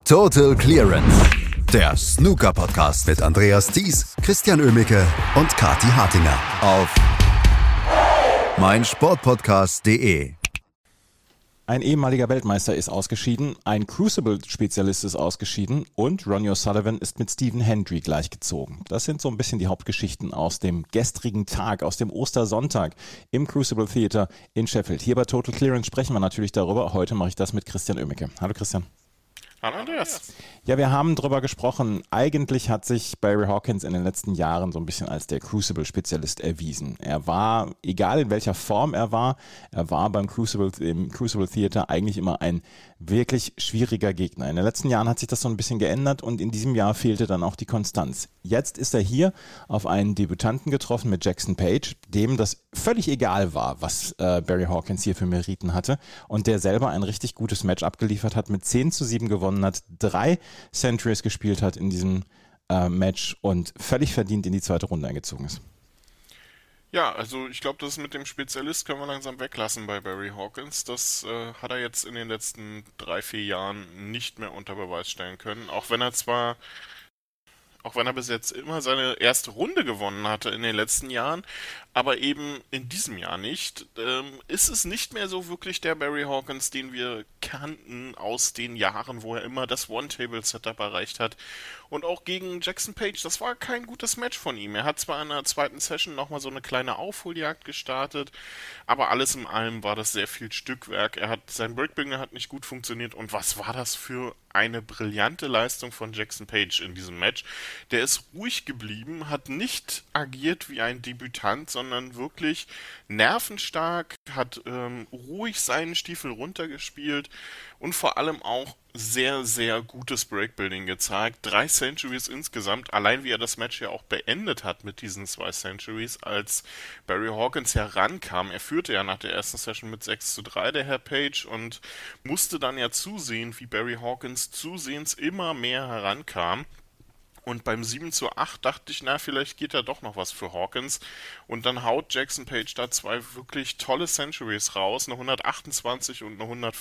Total Clearance, der Snooker-Podcast mit Andreas Thies, Christian Oemicke und Kathi Hartinger auf meinsportpodcast.de. Ein ehemaliger Weltmeister ist ausgeschieden, ein Crucible-Spezialist ist ausgeschieden und Ronnie O'Sullivan ist mit Stephen Hendry gleichgezogen. Das sind so ein bisschen die Hauptgeschichten aus dem gestrigen Tag, aus dem Ostersonntag im Crucible Theater in Sheffield. Hier bei Total Clearance sprechen wir natürlich darüber. Heute mache ich das mit Christian Oemicke. Hallo Christian. Hallo Andreas. Ja, wir haben drüber gesprochen. Eigentlich hat sich Barry Hawkins in den letzten Jahren so ein bisschen als der Crucible-Spezialist erwiesen. Er war, egal in welcher Form er war im Crucible Theater eigentlich immer ein wirklich schwieriger Gegner. In den letzten Jahren hat sich das so ein bisschen geändert und in diesem Jahr fehlte dann auch die Konstanz. Jetzt ist er hier auf einen Debütanten getroffen mit Jackson Page, dem das völlig egal war, was Barry Hawkins hier für Meriten hatte und der selber ein richtig gutes Match abgeliefert hat, mit 10-7 gewonnen hat, 3 Centuries gespielt hat in diesem Match und völlig verdient in die zweite Runde eingezogen ist. Ja, also ich glaube, das mit dem Spezialist können wir langsam weglassen bei Barry Hawkins. Das hat er jetzt in den letzten 3-4 Jahren nicht mehr unter Beweis stellen können. Auch wenn er bis jetzt immer seine erste Runde gewonnen hatte in den letzten Jahren, aber eben in diesem Jahr nicht, ist es nicht mehr so wirklich der Barry Hawkins, den wir kannten aus den Jahren, wo er immer das One-Table-Setup erreicht hat. Und auch gegen Jackson Page, das war kein gutes Match von ihm. Er hat zwar in der zweiten Session nochmal so eine kleine Aufholjagd gestartet, aber alles in allem war das sehr viel Stückwerk. Sein Breakbinger hat nicht gut funktioniert und was war das für eine brillante Leistung von Jackson Page in diesem Match. Der ist ruhig geblieben, hat nicht agiert wie ein Debütant, sondern wirklich nervenstark, hat ruhig seinen Stiefel runtergespielt und vor allem auch sehr, sehr gutes Breakbuilding gezeigt. 3 Centuries insgesamt, allein wie er das Match ja auch beendet hat mit diesen 2 Centuries, als Barry Hawkins herankam. Er führte ja nach der ersten Session mit 6-3, der Herr Page, und musste dann ja zusehen, wie Barry Hawkins zusehends immer mehr herankam. Und beim 7-8 dachte ich, vielleicht geht da doch noch was für Hawkins. Und dann haut Jackson Page da 2 wirklich tolle Centuries raus, eine 128 und eine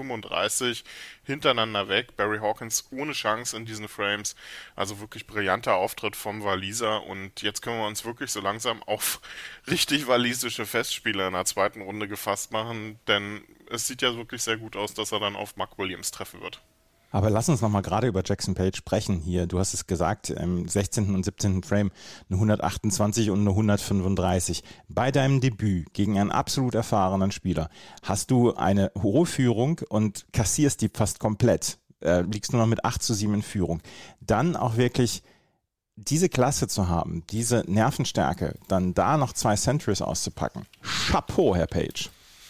135 hintereinander weg. Barry Hawkins ohne Chance in diesen Frames. Also wirklich brillanter Auftritt vom Waliser. Und jetzt können wir uns wirklich so langsam auf richtig walisische Festspiele in der zweiten Runde gefasst machen. Denn es sieht ja wirklich sehr gut aus, dass er dann auf Mark Williams treffen wird. Aber lass uns nochmal gerade über Jackson Page sprechen hier. Du hast es gesagt, im 16. und 17. Frame eine 128 und eine 135. Bei deinem Debüt gegen einen absolut erfahrenen Spieler hast du eine hohe Führung und kassierst die fast komplett. Liegst nur noch mit 8-7 in Führung. Dann auch wirklich diese Klasse zu haben, diese Nervenstärke, dann da noch 2 Centuries auszupacken. Chapeau, Herr Page.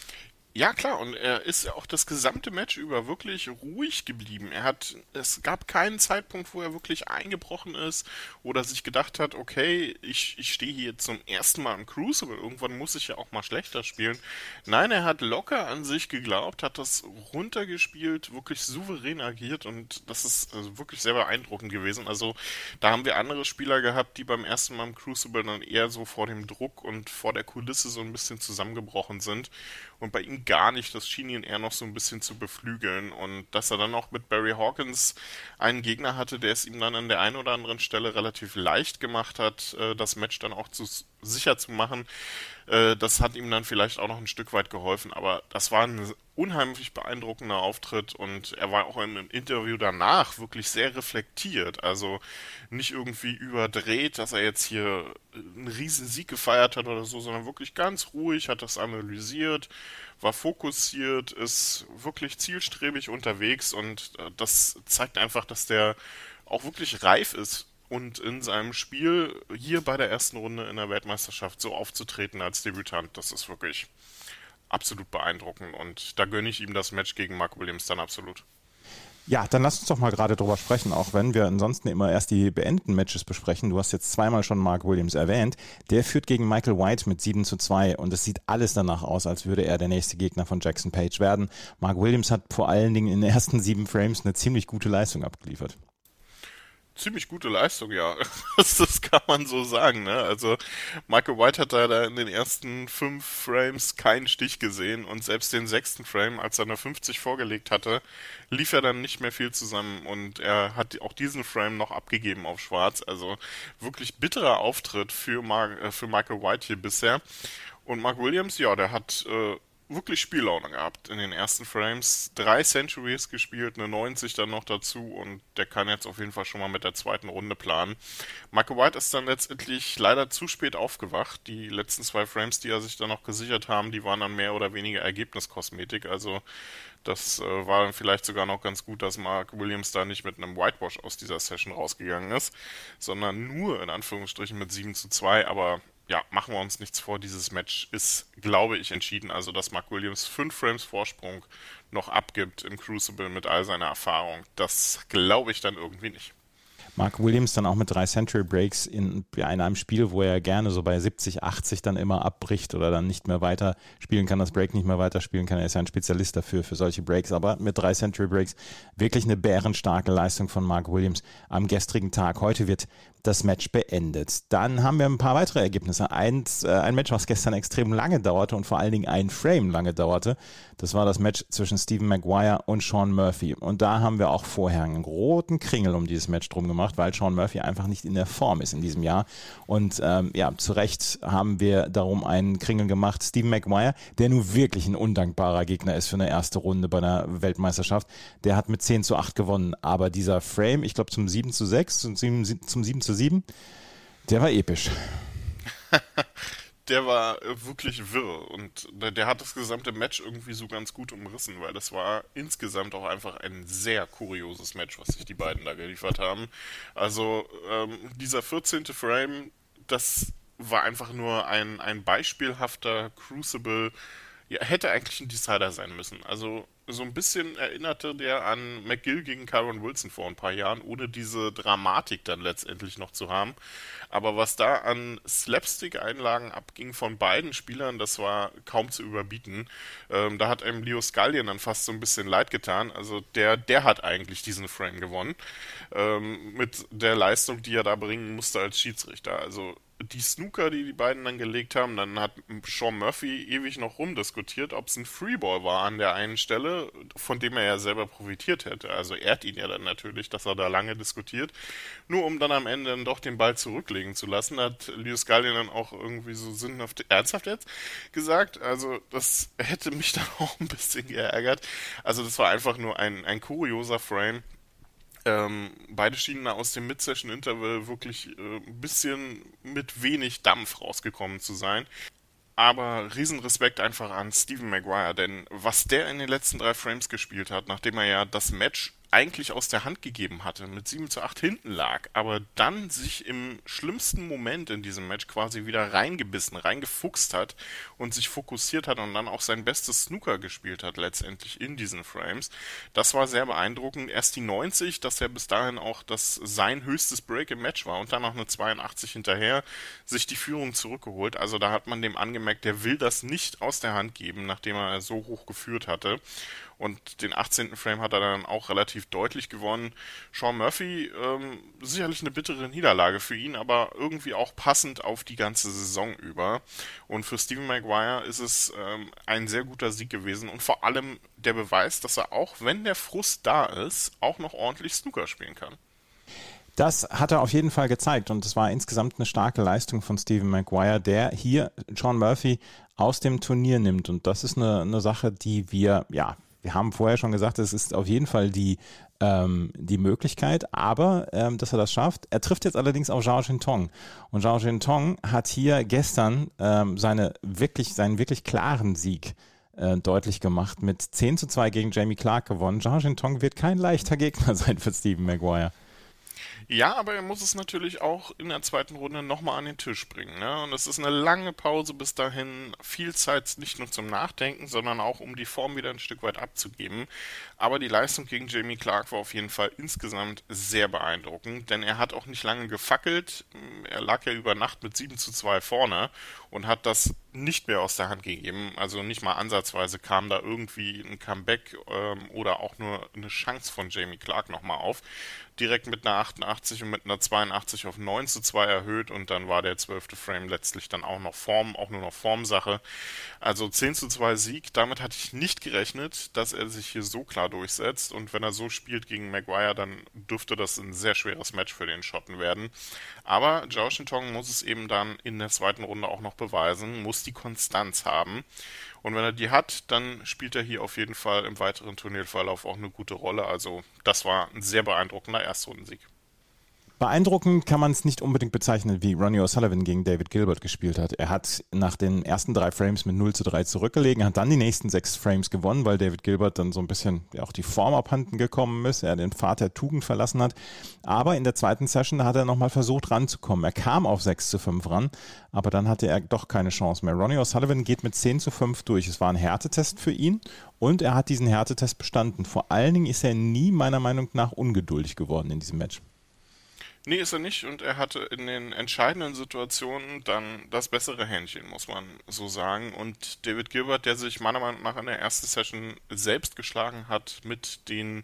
Ja klar, und er ist ja auch das gesamte Match über wirklich ruhig geblieben. Es gab keinen Zeitpunkt, wo er wirklich eingebrochen ist oder sich gedacht hat, okay, ich stehe hier zum ersten Mal im Crucible, irgendwann muss ich ja auch mal schlechter spielen. Nein, er hat locker an sich geglaubt, hat das runtergespielt, wirklich souverän agiert und das ist wirklich sehr beeindruckend gewesen. Also da haben wir andere Spieler gehabt, die beim ersten Mal im Crucible dann eher so vor dem Druck und vor der Kulisse so ein bisschen zusammengebrochen sind. Und bei ihm gar nicht, das schien ihn eher noch so ein bisschen zu beflügeln. Und dass er dann auch mit Barry Hawkins einen Gegner hatte, der es ihm dann an der einen oder anderen Stelle relativ leicht gemacht hat, das Match dann auch sicher zu machen, das hat ihm dann vielleicht auch noch ein Stück weit geholfen. Aber das war ein unheimlich beeindruckender Auftritt und er war auch im Interview danach wirklich sehr reflektiert. Also nicht irgendwie überdreht, dass er jetzt hier einen riesen Sieg gefeiert hat oder so, sondern wirklich ganz ruhig, hat das analysiert, war fokussiert, ist wirklich zielstrebig unterwegs und das zeigt einfach, dass der auch wirklich reif ist und in seinem Spiel hier bei der ersten Runde in der Weltmeisterschaft so aufzutreten als Debütant, das ist wirklich absolut beeindruckend und da gönne ich ihm das Match gegen Mark Williams dann absolut. Ja, dann lass uns doch mal gerade drüber sprechen, auch wenn wir ansonsten immer erst die beendeten Matches besprechen. Du hast jetzt zweimal schon Mark Williams erwähnt. Der führt gegen Michael White mit 7-2 und es sieht alles danach aus, als würde er der nächste Gegner von Jackson Page werden. Mark Williams hat vor allen Dingen in den ersten 7 Frames eine ziemlich gute Leistung abgeliefert. Ziemlich gute Leistung, ja. Das kann man so sagen, ne? Also Michael White hat da in den ersten 5 Frames keinen Stich gesehen und selbst den 6. Frame, als er eine 50 vorgelegt hatte, lief er dann nicht mehr viel zusammen und er hat auch diesen Frame noch abgegeben auf Schwarz. Also wirklich bitterer Auftritt für Michael White hier bisher. Und Mark Williams, ja, der hat wirklich Spiellaune gehabt in den ersten Frames. 3 Centuries gespielt, eine 90 dann noch dazu und der kann jetzt auf jeden Fall schon mal mit der zweiten Runde planen. Michael White ist dann letztendlich leider zu spät aufgewacht. Die letzten 2 Frames, die er sich dann noch gesichert haben, die waren dann mehr oder weniger Ergebniskosmetik. Also das war dann vielleicht sogar noch ganz gut, dass Mark Williams da nicht mit einem Whitewash aus dieser Session rausgegangen ist, sondern nur in Anführungsstrichen mit 7:2. Aber ja, machen wir uns nichts vor, dieses Match ist, glaube ich, entschieden. Also, dass Mark Williams 5 Frames Vorsprung noch abgibt im Crucible mit all seiner Erfahrung, das glaube ich dann irgendwie nicht. Mark Williams dann auch mit 3 Century Breaks in einem Spiel, wo er gerne so bei 70, 80 dann immer abbricht oder dann nicht mehr weiter spielen kann, das Break nicht mehr weiterspielen kann. Er ist ja ein Spezialist dafür, für solche Breaks, aber mit 3 Century Breaks wirklich eine bärenstarke Leistung von Mark Williams am gestrigen Tag. Heute wird das Match beendet. Dann haben wir ein paar weitere Ergebnisse. Ein Match, was gestern extrem lange dauerte und vor allen Dingen ein Frame lange dauerte. Das war das Match zwischen Stephen Maguire und Sean Murphy. Und da haben wir auch vorher einen roten Kringel um dieses Match drum gemacht, weil Sean Murphy einfach nicht in der Form ist in diesem Jahr. Und zu Recht haben wir darum einen Kringel gemacht. Stephen Maguire, der nun wirklich ein undankbarer Gegner ist für eine erste Runde bei einer Weltmeisterschaft, der hat mit 10:8 gewonnen. Aber dieser Frame, ich glaube zum 7:6, zum 7:7, der war episch. Der war wirklich wirr und der hat das gesamte Match irgendwie so ganz gut umrissen, weil das war insgesamt auch einfach ein sehr kurioses Match, was sich die beiden da geliefert haben. Also dieser 14. Frame, das war einfach nur ein beispielhafter Crucible. Ja, hätte eigentlich ein Decider sein müssen. Also so ein bisschen erinnerte der an McGill gegen Kyron Wilson vor ein paar Jahren, ohne diese Dramatik dann letztendlich noch zu haben. Aber was da an Slapstick-Einlagen abging von beiden Spielern, das war kaum zu überbieten. Da hat einem Leo Scullion dann fast so ein bisschen leid getan. Also der hat eigentlich diesen Frame gewonnen. Mit der Leistung, die er da bringen musste als Schiedsrichter. Also die Snooker, die beiden dann gelegt haben, dann hat Sean Murphy ewig noch rumdiskutiert, ob es ein Freeball war an der einen Stelle, von dem er ja selber profitiert hätte. Also ehrt ihn ja dann natürlich, dass er da lange diskutiert. Nur um dann am Ende dann doch den Ball zurücklegen zu lassen, hat Leo Scullion dann auch irgendwie so sinnhaft, ernsthaft jetzt gesagt. Also das hätte mich dann auch ein bisschen geärgert. Also das war einfach nur ein kurioser Frame. Beide schienen aus dem Mid-Session-Interval wirklich ein bisschen mit wenig Dampf rausgekommen zu sein. Aber Riesenrespekt einfach an Stephen Maguire, denn was der in den letzten 3 Frames gespielt hat, nachdem er ja das Match eigentlich aus der Hand gegeben hatte, mit 7:8 hinten lag, aber dann sich im schlimmsten Moment in diesem Match quasi wieder reingebissen, reingefuchst hat und sich fokussiert hat und dann auch sein bestes Snooker gespielt hat letztendlich in diesen Frames. Das war sehr beeindruckend. Erst die 90, dass er bis dahin auch sein höchstes Break im Match war und dann noch eine 82 hinterher, sich die Führung zurückgeholt. Also da hat man dem angemerkt, der will das nicht aus der Hand geben, nachdem er so hoch geführt hatte. Und den 18. Frame hat er dann auch relativ deutlich gewonnen. Sean Murphy, sicherlich eine bittere Niederlage für ihn, aber irgendwie auch passend auf die ganze Saison über. Und für Stephen Maguire ist es ein sehr guter Sieg gewesen und vor allem der Beweis, dass er auch, wenn der Frust da ist, auch noch ordentlich Snooker spielen kann. Das hat er auf jeden Fall gezeigt und es war insgesamt eine starke Leistung von Stephen Maguire, der hier Sean Murphy aus dem Turnier nimmt. Und das ist eine Sache, die wir haben vorher schon gesagt, es ist auf jeden Fall die Möglichkeit, aber dass er das schafft. Er trifft jetzt allerdings auf Zhao Jintong. Und Zhao Jintong hat hier gestern seinen wirklich klaren Sieg deutlich gemacht, mit 10:2 gegen Jamie Clark gewonnen. Zhao Jintong wird kein leichter Gegner sein für Stephen Maguire. Ja, aber er muss es natürlich auch in der zweiten Runde nochmal an den Tisch bringen. Ne? Und es ist eine lange Pause bis dahin, viel Zeit nicht nur zum Nachdenken, sondern auch um die Form wieder ein Stück weit abzugeben. Aber die Leistung gegen Jamie Clark war auf jeden Fall insgesamt sehr beeindruckend, denn er hat auch nicht lange gefackelt. Er lag ja über Nacht mit 7:2 vorne und hat das nicht mehr aus der Hand gegeben. Also nicht mal ansatzweise kam da irgendwie ein Comeback oder auch nur eine Chance von Jamie Clark nochmal auf. direkt mit einer 88 und mit einer 82 auf 9:2 erhöht und dann war der 12. Frame letztlich dann auch nur noch Formsache. Also 10:2 Sieg, damit hatte ich nicht gerechnet, dass er sich hier so klar durchsetzt und wenn er so spielt gegen Maguire, dann dürfte das ein sehr schweres Match für den Schotten werden. Aber Zhao Shintong muss es eben dann in der zweiten Runde auch noch beweisen, muss die Konstanz haben. Und wenn er die hat, dann spielt er hier auf jeden Fall im weiteren Turnierverlauf auch eine gute Rolle. Also das war ein sehr beeindruckender Erstrundensieg. Beeindruckend kann man es nicht unbedingt bezeichnen, wie Ronnie O'Sullivan gegen David Gilbert gespielt hat. Er hat nach den ersten 3 Frames mit 0:3 zurückgelegen, hat dann die nächsten 6 Frames gewonnen, weil David Gilbert dann so ein bisschen auch die Form abhanden gekommen ist, er den Pfad der Tugend verlassen hat. Aber in der zweiten Session hat er nochmal versucht ranzukommen. Er kam auf 6:5 ran, aber dann hatte er doch keine Chance mehr. Ronnie O'Sullivan geht mit 10:5 durch. Es war ein Härtetest für ihn und er hat diesen Härtetest bestanden. Vor allen Dingen ist er nie meiner Meinung nach ungeduldig geworden in diesem Match. Nee, ist er nicht und er hatte in den entscheidenden Situationen dann das bessere Händchen, muss man so sagen. Und David Gilbert, der sich meiner Meinung nach in der ersten Session selbst geschlagen hat mit den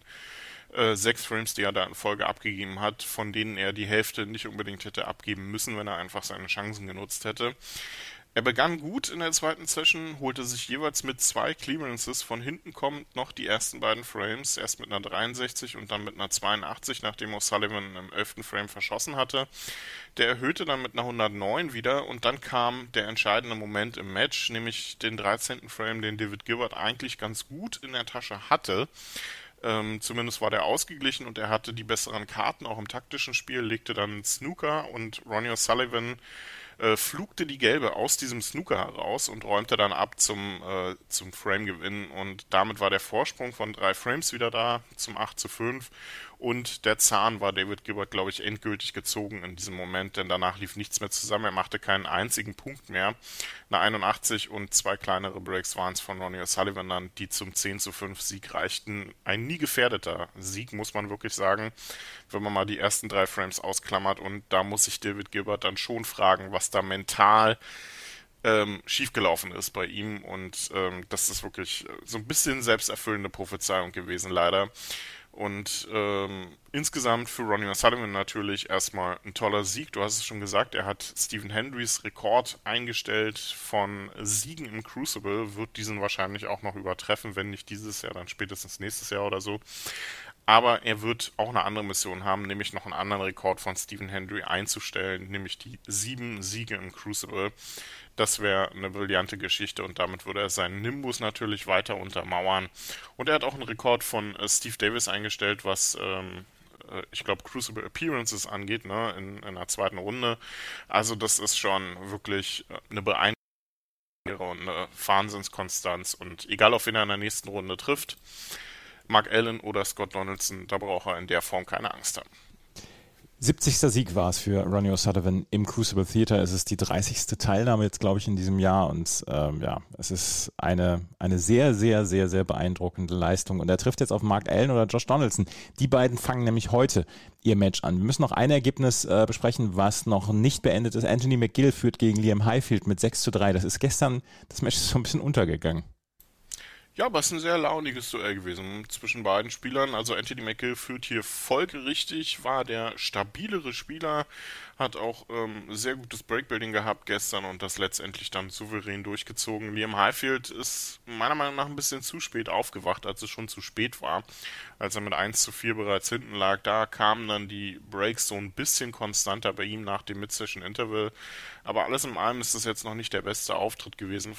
6 Frames, die er da in Folge abgegeben hat, von denen er die Hälfte nicht unbedingt hätte abgeben müssen, wenn er einfach seine Chancen genutzt hätte. Er begann gut in der zweiten Session, holte sich jeweils mit 2 Clearances von hinten kommend noch die ersten beiden Frames, erst mit einer 63 und dann mit einer 82, nachdem O'Sullivan im 11. Frame verschossen hatte. Der erhöhte dann mit einer 109 wieder und dann kam der entscheidende Moment im Match, nämlich den 13. Frame, den David Gilbert eigentlich ganz gut in der Tasche hatte. Zumindest war der ausgeglichen und er hatte die besseren Karten, auch im taktischen Spiel, legte dann Snooker und Ronnie O'Sullivan flugte die Gelbe aus diesem Snooker heraus und räumte dann ab zum Frame-Gewinn und damit war der Vorsprung von 3 Frames wieder da zum 8:5 und der Zahn war David Gilbert, glaube ich, endgültig gezogen in diesem Moment, denn danach lief nichts mehr zusammen, er machte keinen einzigen Punkt mehr. Eine 81 und 2 kleinere Breaks waren es von Ronnie O'Sullivan dann, die zum 10:5 Sieg reichten. Ein nie gefährdeter Sieg, muss man wirklich sagen, wenn man mal die ersten 3 Frames ausklammert und da muss sich David Gilbert dann schon fragen, was da mental schiefgelaufen ist bei ihm und das ist wirklich so ein bisschen selbsterfüllende Prophezeiung gewesen, leider. Und insgesamt für Ronnie O'Sullivan natürlich erstmal ein toller Sieg. Du hast es schon gesagt, er hat Stephen Hendrys Rekord eingestellt von Siegen im Crucible, wird diesen wahrscheinlich auch noch übertreffen, wenn nicht dieses Jahr, dann spätestens nächstes Jahr oder so. Aber er wird auch eine andere Mission haben, nämlich noch einen anderen Rekord von Stephen Hendry einzustellen, nämlich die 7 Siege im Crucible. Das wäre eine brillante Geschichte und damit würde er seinen Nimbus natürlich weiter untermauern. Und er hat auch einen Rekord von Steve Davis eingestellt, was ich glaube Crucible Appearances angeht, ne, in einer zweiten Runde. Also das ist schon wirklich eine beeindruckende und eine Wahnsinnskonstanz und egal auf wen er in der nächsten Runde trifft, Mark Allen oder Scott Donaldson, da braucht er in der Form keine Angst haben. 70. Sieg war es für Ronnie O'Sullivan im Crucible Theater. Es ist die 30. Teilnahme jetzt, glaube ich, in diesem Jahr und es ist eine sehr, sehr, sehr, sehr beeindruckende Leistung und er trifft jetzt auf Mark Allen oder Josh Donaldson. Die beiden fangen nämlich heute ihr Match an. Wir müssen noch ein Ergebnis besprechen, was noch nicht beendet ist. Anthony McGill führt gegen Liam Highfield mit 6:3. Das Match ist so ein bisschen untergegangen. Ja, aber es ist ein sehr launiges Duell gewesen zwischen beiden Spielern. Also Anthony McGill führt hier folgerichtig, war der stabilere Spieler, hat auch sehr gutes Breakbuilding gehabt gestern und das letztendlich dann souverän durchgezogen. Liam Highfield ist meiner Meinung nach ein bisschen zu spät aufgewacht, als es schon zu spät war. Als er mit 1:4 bereits hinten lag, da kamen dann die Breaks so ein bisschen konstanter bei ihm nach dem Mid-Session-Interval. Aber alles in allem ist das jetzt noch nicht der beste Auftritt gewesen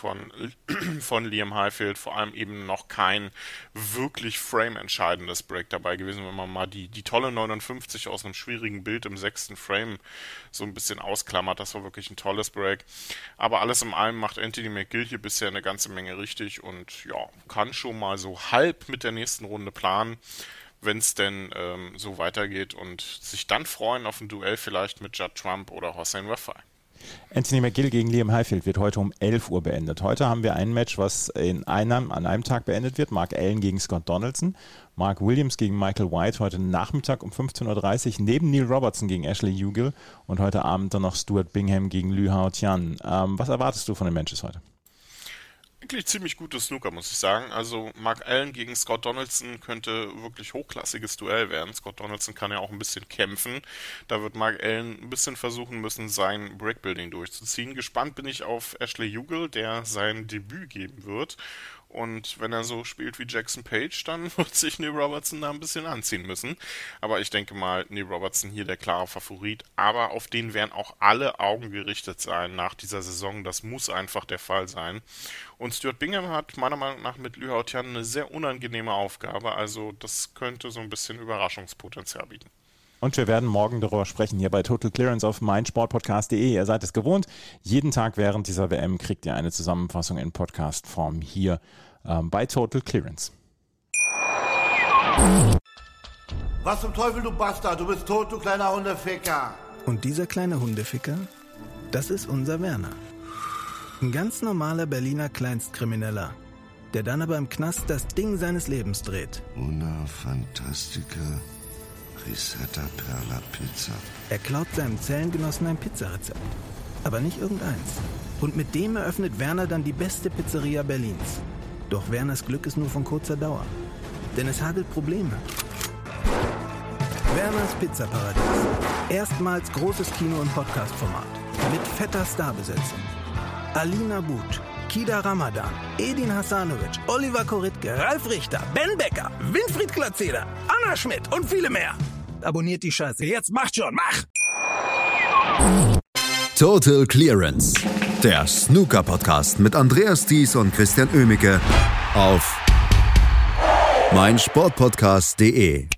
von Liam Highfield. Vor allem eben noch kein wirklich frame-entscheidendes Break dabei gewesen, wenn man mal die tolle 59 aus einem schwierigen Bild im 6. Frame so ein bisschen ausklammert. Das war wirklich ein tolles Break. Aber alles in allem macht Anthony McGill hier bisher eine ganze Menge richtig und ja, kann schon mal so halb mit der nächsten Runde planen, wenn es denn so weitergeht und sich dann freuen auf ein Duell vielleicht mit Judd Trump oder Hossein Wafai. Anthony McGill gegen Liam Highfield wird heute um 11 Uhr beendet. Heute haben wir ein Match, was an einem Tag beendet wird. Mark Allen gegen Scott Donaldson. Mark Williams gegen Michael White heute Nachmittag um 15:30 Uhr. Neben Neil Robertson gegen Ashley Ugill. Und heute Abend dann noch Stuart Bingham gegen Lü Hao Tian. Was erwartest du von den Matches heute? Eigentlich ziemlich gutes Snooker, muss ich sagen. Also Mark Allen gegen Scott Donaldson könnte wirklich hochklassiges Duell werden. Scott Donaldson kann ja auch ein bisschen kämpfen. Da wird Mark Allen ein bisschen versuchen müssen, sein Breakbuilding durchzuziehen. Gespannt bin ich auf Ashley Ugal, der sein Debüt geben wird. Und wenn er so spielt wie Jackson Page, dann wird sich Neil Robertson da ein bisschen anziehen müssen. Aber ich denke mal, Neil Robertson hier der klare Favorit. Aber auf den werden auch alle Augen gerichtet sein nach dieser Saison. Das muss einfach der Fall sein. Und Stuart Bingham hat meiner Meinung nach mit Liu Haotian eine sehr unangenehme Aufgabe. Also das könnte so ein bisschen Überraschungspotenzial bieten. Und wir werden morgen darüber sprechen, hier bei Total Clearance auf meinsportpodcast.de. Ihr seid es gewohnt. Jeden Tag während dieser WM kriegt ihr eine Zusammenfassung in Podcast-Form hier bei Total Clearance. Was zum Teufel, du Bastard? Du bist tot, du kleiner Hundeficker. Und dieser kleine Hundeficker, das ist unser Werner. Ein ganz normaler Berliner Kleinstkrimineller, der dann aber im Knast das Ding seines Lebens dreht. Una Fantastica Risetta Perla Pizza. Er klaut seinem Zellengenossen ein Pizzarezept. Aber nicht irgendeins. Und mit dem eröffnet Werner dann die beste Pizzeria Berlins. Doch Werners Glück ist nur von kurzer Dauer. Denn es hagelt Probleme. Werners Pizzaparadies. Erstmals großes Kino- und Podcast-Format. Mit fetter Starbesetzung. Alina But, Kida Ramadan, Edin Hasanovic, Oliver Koritke, Ralf Richter, Ben Becker, Winfried Glatzeder, Anna Schmidt und viele mehr. Abonniert die Scheiße. Jetzt macht schon, mach! Total Clearance, der Snooker-Podcast mit Andreas Thies und Christian Oemicke auf meinsportpodcast.de.